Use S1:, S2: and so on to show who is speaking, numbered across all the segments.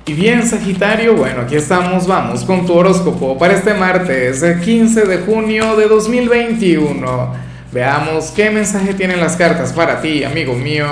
S1: Y bien, Sagitario, bueno, aquí estamos, vamos con tu horóscopo para este martes, 15 de junio de 2021. Veamos qué mensaje tienen las cartas para ti, amigo mío.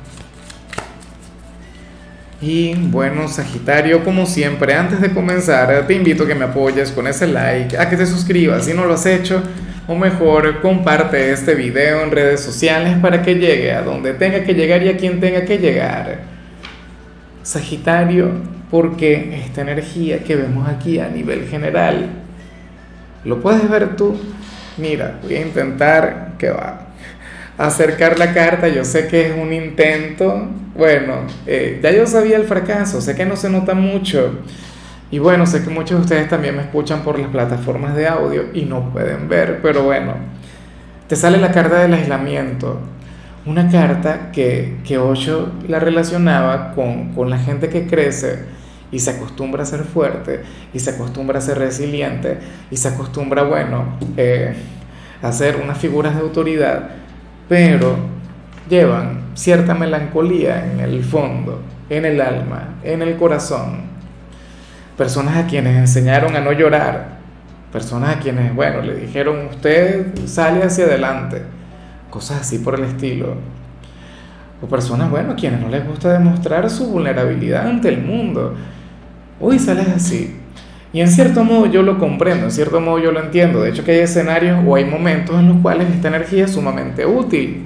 S1: Y bueno, Sagitario, como siempre, antes de comenzar, te invito a que me apoyes con ese like, a que te suscribas si no lo has hecho, o mejor, comparte este video en redes sociales para que llegue a donde tenga que llegar y a quien tenga que llegar. Sagitario, porque esta energía que vemos aquí a nivel general, ¿lo puedes ver tú? Mira, voy a intentar que va acercar la carta. Yo sé que es un intento. Bueno, ya yo sabía el fracaso, sé que no se nota mucho. Y bueno, sé que muchos de ustedes también me escuchan por las plataformas de audio y no pueden ver, pero bueno, te sale la carta del aislamiento. Una carta que Osho la relacionaba con la gente que crece y se acostumbra a ser fuerte, y se acostumbra a ser resiliente, y se acostumbra, bueno, a ser unas figuras de autoridad, pero llevan cierta melancolía en el fondo, en el alma, en el corazón. Personas a quienes enseñaron a no llorar, personas a quienes, bueno, le dijeron, usted sale hacia adelante, cosas así por el estilo. O personas, bueno, a quienes no les gusta demostrar su vulnerabilidad ante el mundo. Uy, sales así. Y en cierto modo yo lo comprendo, en cierto modo yo lo entiendo. De hecho que hay escenarios o hay momentos en los cuales esta energía es sumamente útil.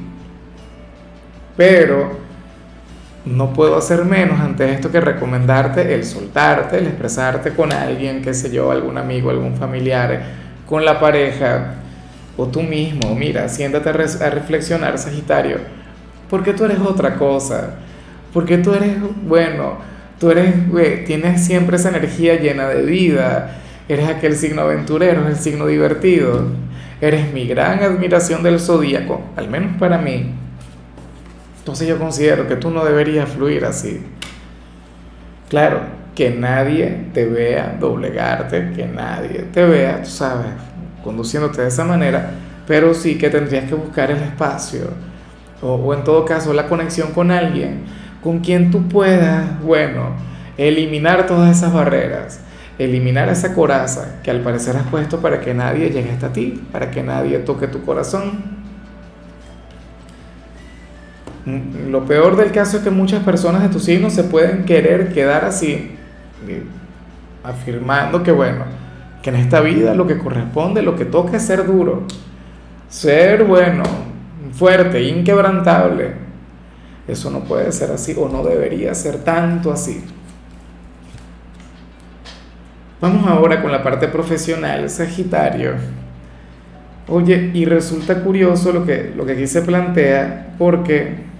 S1: Pero no puedo hacer menos ante esto que recomendarte el soltarte, el expresarte con alguien, qué sé yo, algún amigo, algún familiar, con la pareja o tú mismo. Mira, siéntate a reflexionar, Sagitario, porque tú eres otra cosa, porque tú eres, bueno, tú eres, tienes siempre esa energía llena de vida, eres aquel signo aventurero, es el signo divertido, eres mi gran admiración del zodíaco, al menos para mí. Entonces yo considero que tú no deberías fluir así. Claro, que nadie te vea doblegarte, que nadie te vea, tú sabes, conduciéndote de esa manera, pero sí que tendrías que buscar el espacio, o en todo caso la conexión con alguien con quien tú puedas, bueno, eliminar todas esas barreras, eliminar esa coraza que al parecer has puesto para que nadie llegue hasta ti, para que nadie toque tu corazón. Lo peor del caso es que muchas personas de tu signo se pueden querer quedar así, afirmando que bueno, que en esta vida lo que corresponde, lo que toca es ser duro, ser bueno, fuerte, inquebrantable. Eso no puede ser así, o no debería ser tanto así. Vamos ahora con la parte profesional, Sagitario. Oye, y resulta curioso lo que aquí se plantea, porque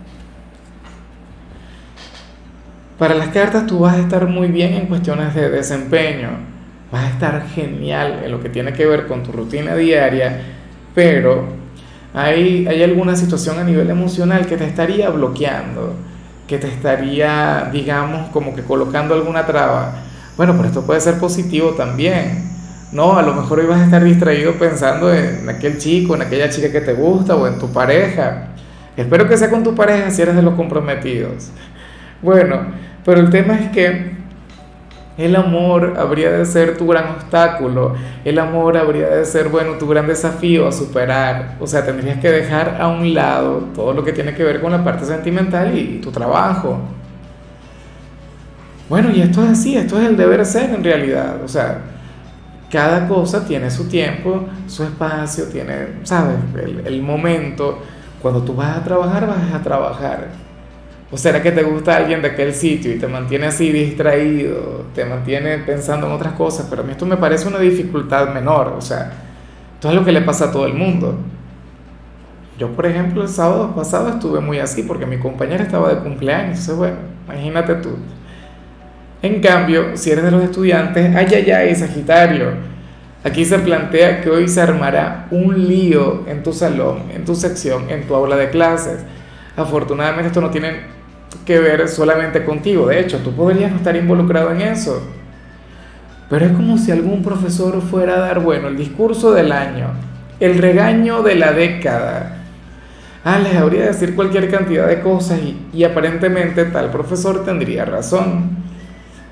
S1: para las cartas tú vas a estar muy bien en cuestiones de desempeño, vas a estar genial en lo que tiene que ver con tu rutina diaria, pero hay alguna situación a nivel emocional que te estaría bloqueando, que te estaría, digamos, como que colocando alguna traba. Bueno, pero esto puede ser positivo también, ¿no? A lo mejor hoy vas a estar distraído pensando en aquel chico, en aquella chica que te gusta o en tu pareja. Espero que sea con tu pareja si eres de los comprometidos. Bueno, pero el tema es que el amor habría de ser tu gran obstáculo, el amor habría de ser, bueno, tu gran desafío a superar. O sea, tendrías que dejar a un lado todo lo que tiene que ver con la parte sentimental y tu trabajo. Bueno, y esto es así, esto es el deber ser en realidad. O sea, cada cosa tiene su tiempo, su espacio, tiene, ¿sabes? El momento. Cuando tú vas a trabajar, vas a trabajar. ¿O será que te gusta alguien de aquel sitio y te mantiene así distraído, te mantiene pensando en otras cosas? Pero a mí esto me parece una dificultad menor, o sea, esto es lo que le pasa a todo el mundo. Yo, por ejemplo, el sábado pasado estuve muy así porque mi compañera estaba de cumpleaños, entonces bueno, imagínate tú. En cambio, si eres de los estudiantes, ay, ay, ay, Sagitario, aquí se plantea que hoy se armará un lío en tu salón, en tu sección, en tu aula de clases. Afortunadamente esto no tiene que ver solamente contigo, de hecho, tú podrías no estar involucrado en eso, pero es como si algún profesor fuera a dar, bueno, el discurso del año, el regaño de la década. Les habría de decir cualquier cantidad de cosas y aparentemente tal profesor tendría razón.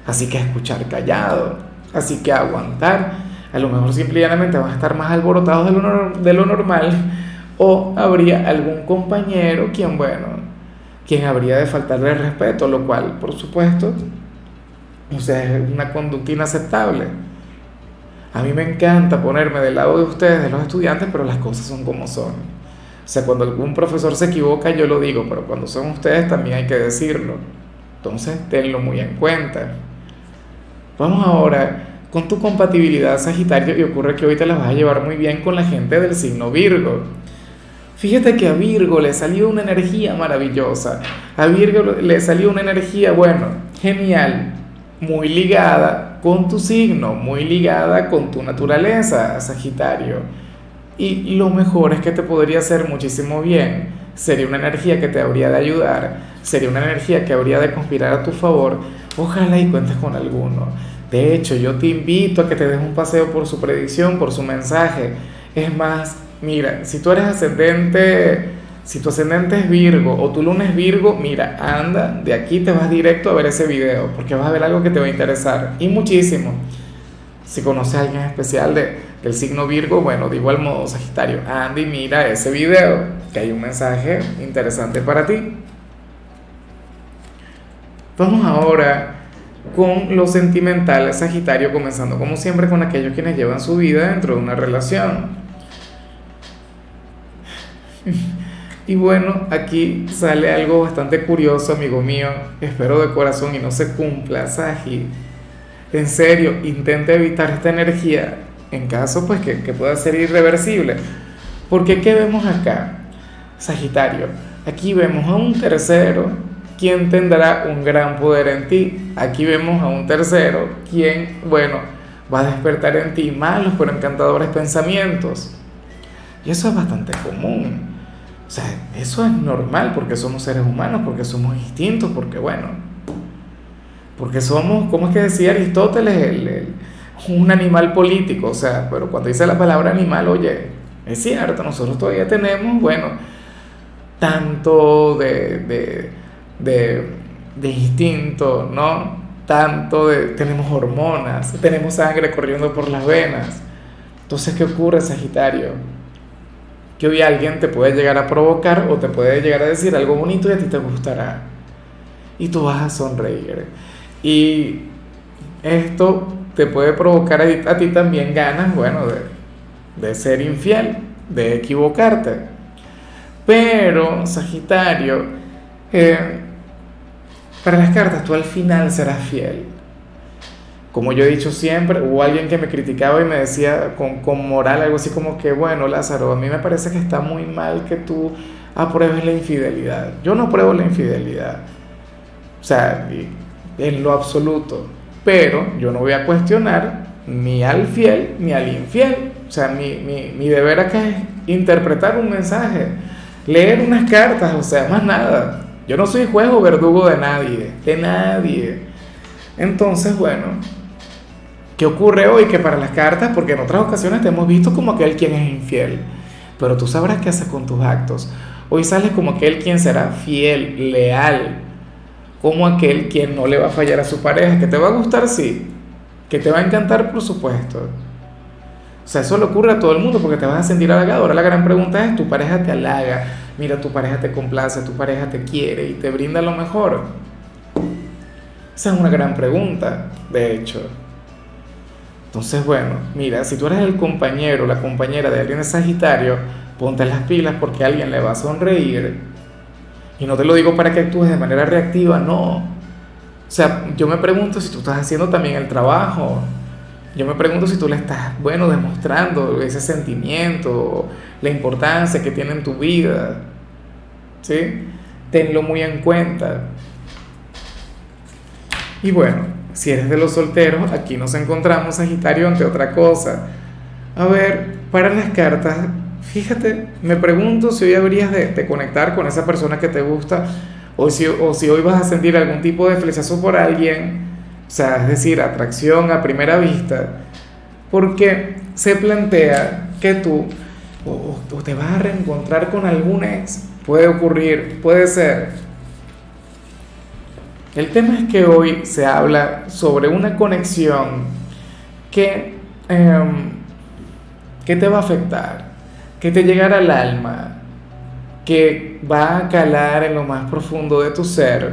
S1: Así que a escuchar callado, así que a aguantar. A lo mejor simple y llanamente vas a estar más alborotados de lo normal, o habría algún compañero quien, bueno, quien habría de faltarle el respeto, lo cual, por supuesto, o sea, es una conducta inaceptable. A mí me encanta ponerme del lado de ustedes, de los estudiantes, pero las cosas son como son. O sea, cuando algún profesor se equivoca, yo lo digo, pero cuando son ustedes también hay que decirlo. Entonces, tenlo muy en cuenta. Vamos ahora con tu compatibilidad, Sagitario, y ocurre que hoy te la vas a llevar muy bien con la gente del signo Virgo. Fíjate que a Virgo le salió una energía maravillosa. A Virgo le salió una energía, bueno, genial, muy ligada con tu signo, muy ligada con tu naturaleza, Sagitario. Y lo mejor es que te podría hacer muchísimo bien. Sería una energía que te habría de ayudar, sería una energía que habría de conspirar a tu favor. Ojalá y cuentes con alguno. De hecho, yo te invito a que te des un paseo por su predicción, por su mensaje. Es más, mira, si tú eres ascendente, si tu ascendente es Virgo o tu luna es Virgo, mira, anda, de aquí te vas directo a ver ese video, porque vas a ver algo que te va a interesar, y muchísimo. Si conoces a alguien especial del signo Virgo, bueno, de igual modo, Sagitario, anda y mira ese video, que hay un mensaje interesante para ti. Vamos ahora con lo sentimental, Sagitario, comenzando como siempre con aquellos quienes llevan su vida dentro de una relación. Y bueno, aquí sale algo bastante curioso, amigo mío. Espero de corazón y no se cumpla, Sagi. En serio, intenta evitar esta energía en caso pues que pueda ser irreversible. Porque ¿qué vemos acá, Sagitario? Aquí vemos a un tercero quien tendrá un gran poder en ti. Aquí vemos a un tercero quien, bueno, va a despertar en ti malos pero encantadores pensamientos. Y eso es bastante común. O sea, eso es normal porque somos seres humanos, porque somos instintos, porque bueno, porque somos, ¿cómo es que decía Aristóteles? Un animal político. O sea, pero cuando dice la palabra animal, oye, es cierto, nosotros todavía tenemos, bueno, tanto de instinto, ¿no? Tenemos hormonas, tenemos sangre corriendo por las venas. Entonces, ¿qué ocurre, Sagitario? Que hoy alguien te puede llegar a provocar o te puede llegar a decir algo bonito y a ti te gustará. Y tú vas a sonreír. Y esto te puede provocar a ti también ganas, bueno, de ser infiel, de equivocarte. Pero, Sagitario, para las cartas tú al final serás fiel. Como yo he dicho siempre, hubo alguien que me criticaba y me decía con moral algo así como que, bueno, Lázaro, a mí me parece que está muy mal que tú apruebes la infidelidad. Yo no apruebo la infidelidad, o sea, en lo absoluto, pero yo no voy a cuestionar ni al fiel ni al infiel. O sea, mi deber acá es interpretar un mensaje, leer unas cartas, o sea, más nada. Yo no soy juez o verdugo de nadie, de nadie. Entonces, bueno, ¿qué ocurre hoy? Que para las cartas, porque en otras ocasiones te hemos visto como aquel quien es infiel, pero tú sabrás qué haces con tus actos. Hoy sales como aquel quien será fiel, leal, como aquel quien no le va a fallar a su pareja, que te va a gustar, sí, que te va a encantar, por supuesto. O sea, eso le ocurre a todo el mundo porque te vas a sentir halagado. Ahora la gran pregunta es, ¿tu pareja te halaga? Mira, tu pareja te complace, tu pareja te quiere y te brinda lo mejor. Esa es una gran pregunta, de hecho. Entonces, bueno, mira, si tú eres el compañero o la compañera de alguien de Sagitario, ponte las pilas porque a alguien le va a sonreír. Y no te lo digo para que actúes de manera reactiva, no. O sea, yo me pregunto si tú estás haciendo también el trabajo. Yo me pregunto si tú le estás, bueno, demostrando ese sentimiento, la importancia que tiene en tu vida. ¿Sí? Tenlo muy en cuenta. Y bueno, si eres de los solteros, aquí nos encontramos, Sagitario, ante otra cosa. A ver, para las cartas, fíjate, me pregunto si hoy habrías de conectar con esa persona que te gusta o si hoy vas a sentir algún tipo de flechazo por alguien, o sea, es decir, atracción a primera vista, porque se plantea que tú o te vas a reencontrar con algún ex, puede ocurrir, puede ser. El tema es que hoy se habla sobre una conexión que, em, que te va a afectar, que te llegará al alma, que va a calar en lo más profundo de tu ser,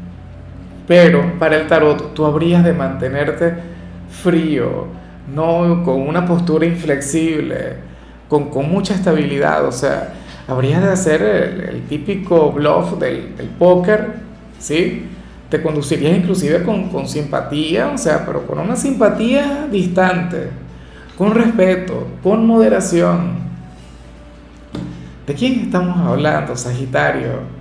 S1: pero para el tarot tú habrías de mantenerte frío, no con una postura inflexible, con mucha estabilidad, o sea, habrías de hacer el típico bluff del póker, ¿sí? Te conducirías inclusive con simpatía, o sea, pero con una simpatía distante, con respeto, con moderación. ¿De quién estamos hablando, Sagitario?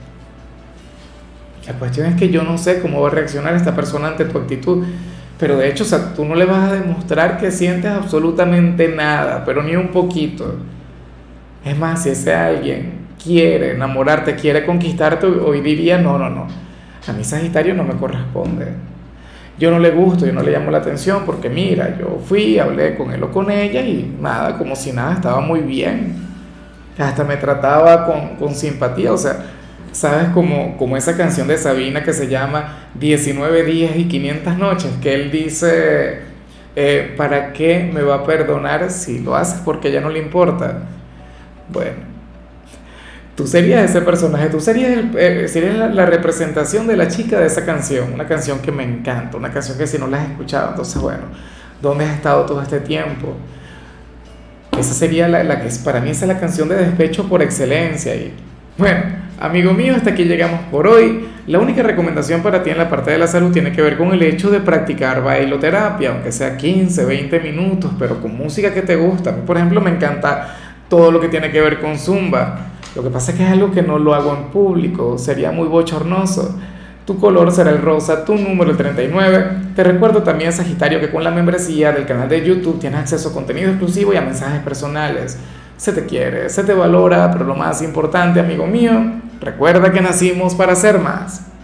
S1: La cuestión es que yo no sé cómo va a reaccionar esta persona ante tu actitud, pero de hecho, o sea, tú no le vas a demostrar que sientes absolutamente nada, pero ni un poquito. Es más, si ese alguien quiere enamorarte, quiere conquistarte, hoy diría, no, no, no, a mí Sagitario no me corresponde. Yo no le gusto, yo no le llamo la atención porque mira, yo fui, hablé con él o con ella y nada, como si nada, estaba muy bien. Hasta me trataba con simpatía, o sea, ¿sabes? Como esa canción de Sabina que se llama 19 días y 500 noches, que él dice, ¿para qué me va a perdonar si lo haces porque ya no le importa? Bueno, tú serías ese personaje, tú serías, serías la representación de la chica de esa canción, una canción que me encanta, una canción que si no la has escuchado, entonces bueno, ¿dónde has estado todo este tiempo? Esa sería la que es, para mí esa es la canción de despecho por excelencia. Y bueno, amigo mío, hasta aquí llegamos por hoy. La única recomendación para ti en la parte de la salud tiene que ver con el hecho de practicar bailoterapia, aunque sea 15, 20 minutos, pero con música que te gusta. A mí, por ejemplo, me encanta todo lo que tiene que ver con zumba. Lo que pasa es que es algo que no lo hago en público, sería muy bochornoso. Tu color será el rosa, tu número el 39. Te recuerdo también, Sagitario, que con la membresía del canal de YouTube tienes acceso a contenido exclusivo y a mensajes personales. Se te quiere, se te valora, pero lo más importante, amigo mío, recuerda que nacimos para ser más.